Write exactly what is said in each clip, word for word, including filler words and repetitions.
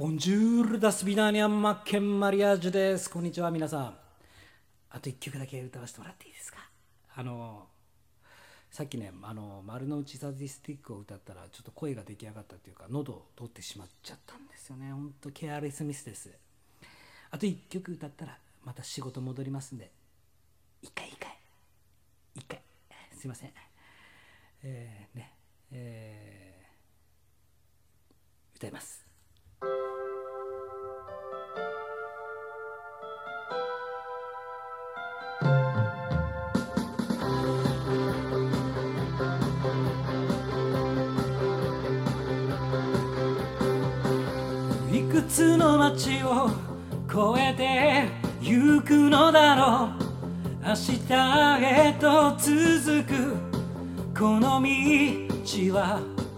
ボンジュールダスビナーニャンマッケンマリアージュです。こんにちは皆さん。あといっきょくだけ歌わせてもらっていいですか。あのさっきね、あの丸の内サディスティックを歌ったらちょっと声が出来上がったというか喉を通ってしまっちゃったんですよね。ほんとケアレスミスです。あといっきょく歌ったらまた仕事戻りますんで、一回一回一回すいません。えー、ね、えー、歌います。いくつの街を越えて行くのだろう。明日へと続くこの道は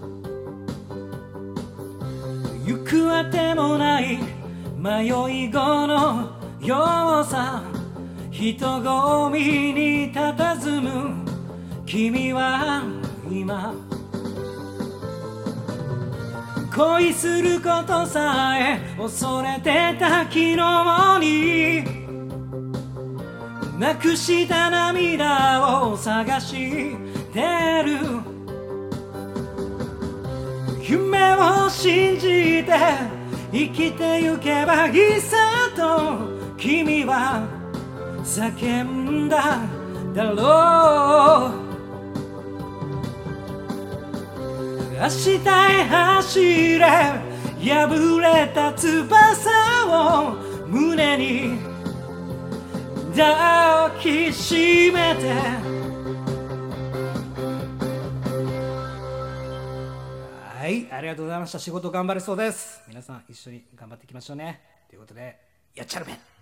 行くあてもない迷い子のようさ。人混みに佇む君は今恋することさえ恐れてた昨日になくした涙を探してる。夢を信じて生きてゆけばいいさと君は叫んだだろう。明日へ走れ破れた翼を胸に抱きしめて。はい、ありがとうございました。仕事頑張れそうです。皆さん一緒に頑張っていきましょうね。ということでやっちゃるべ。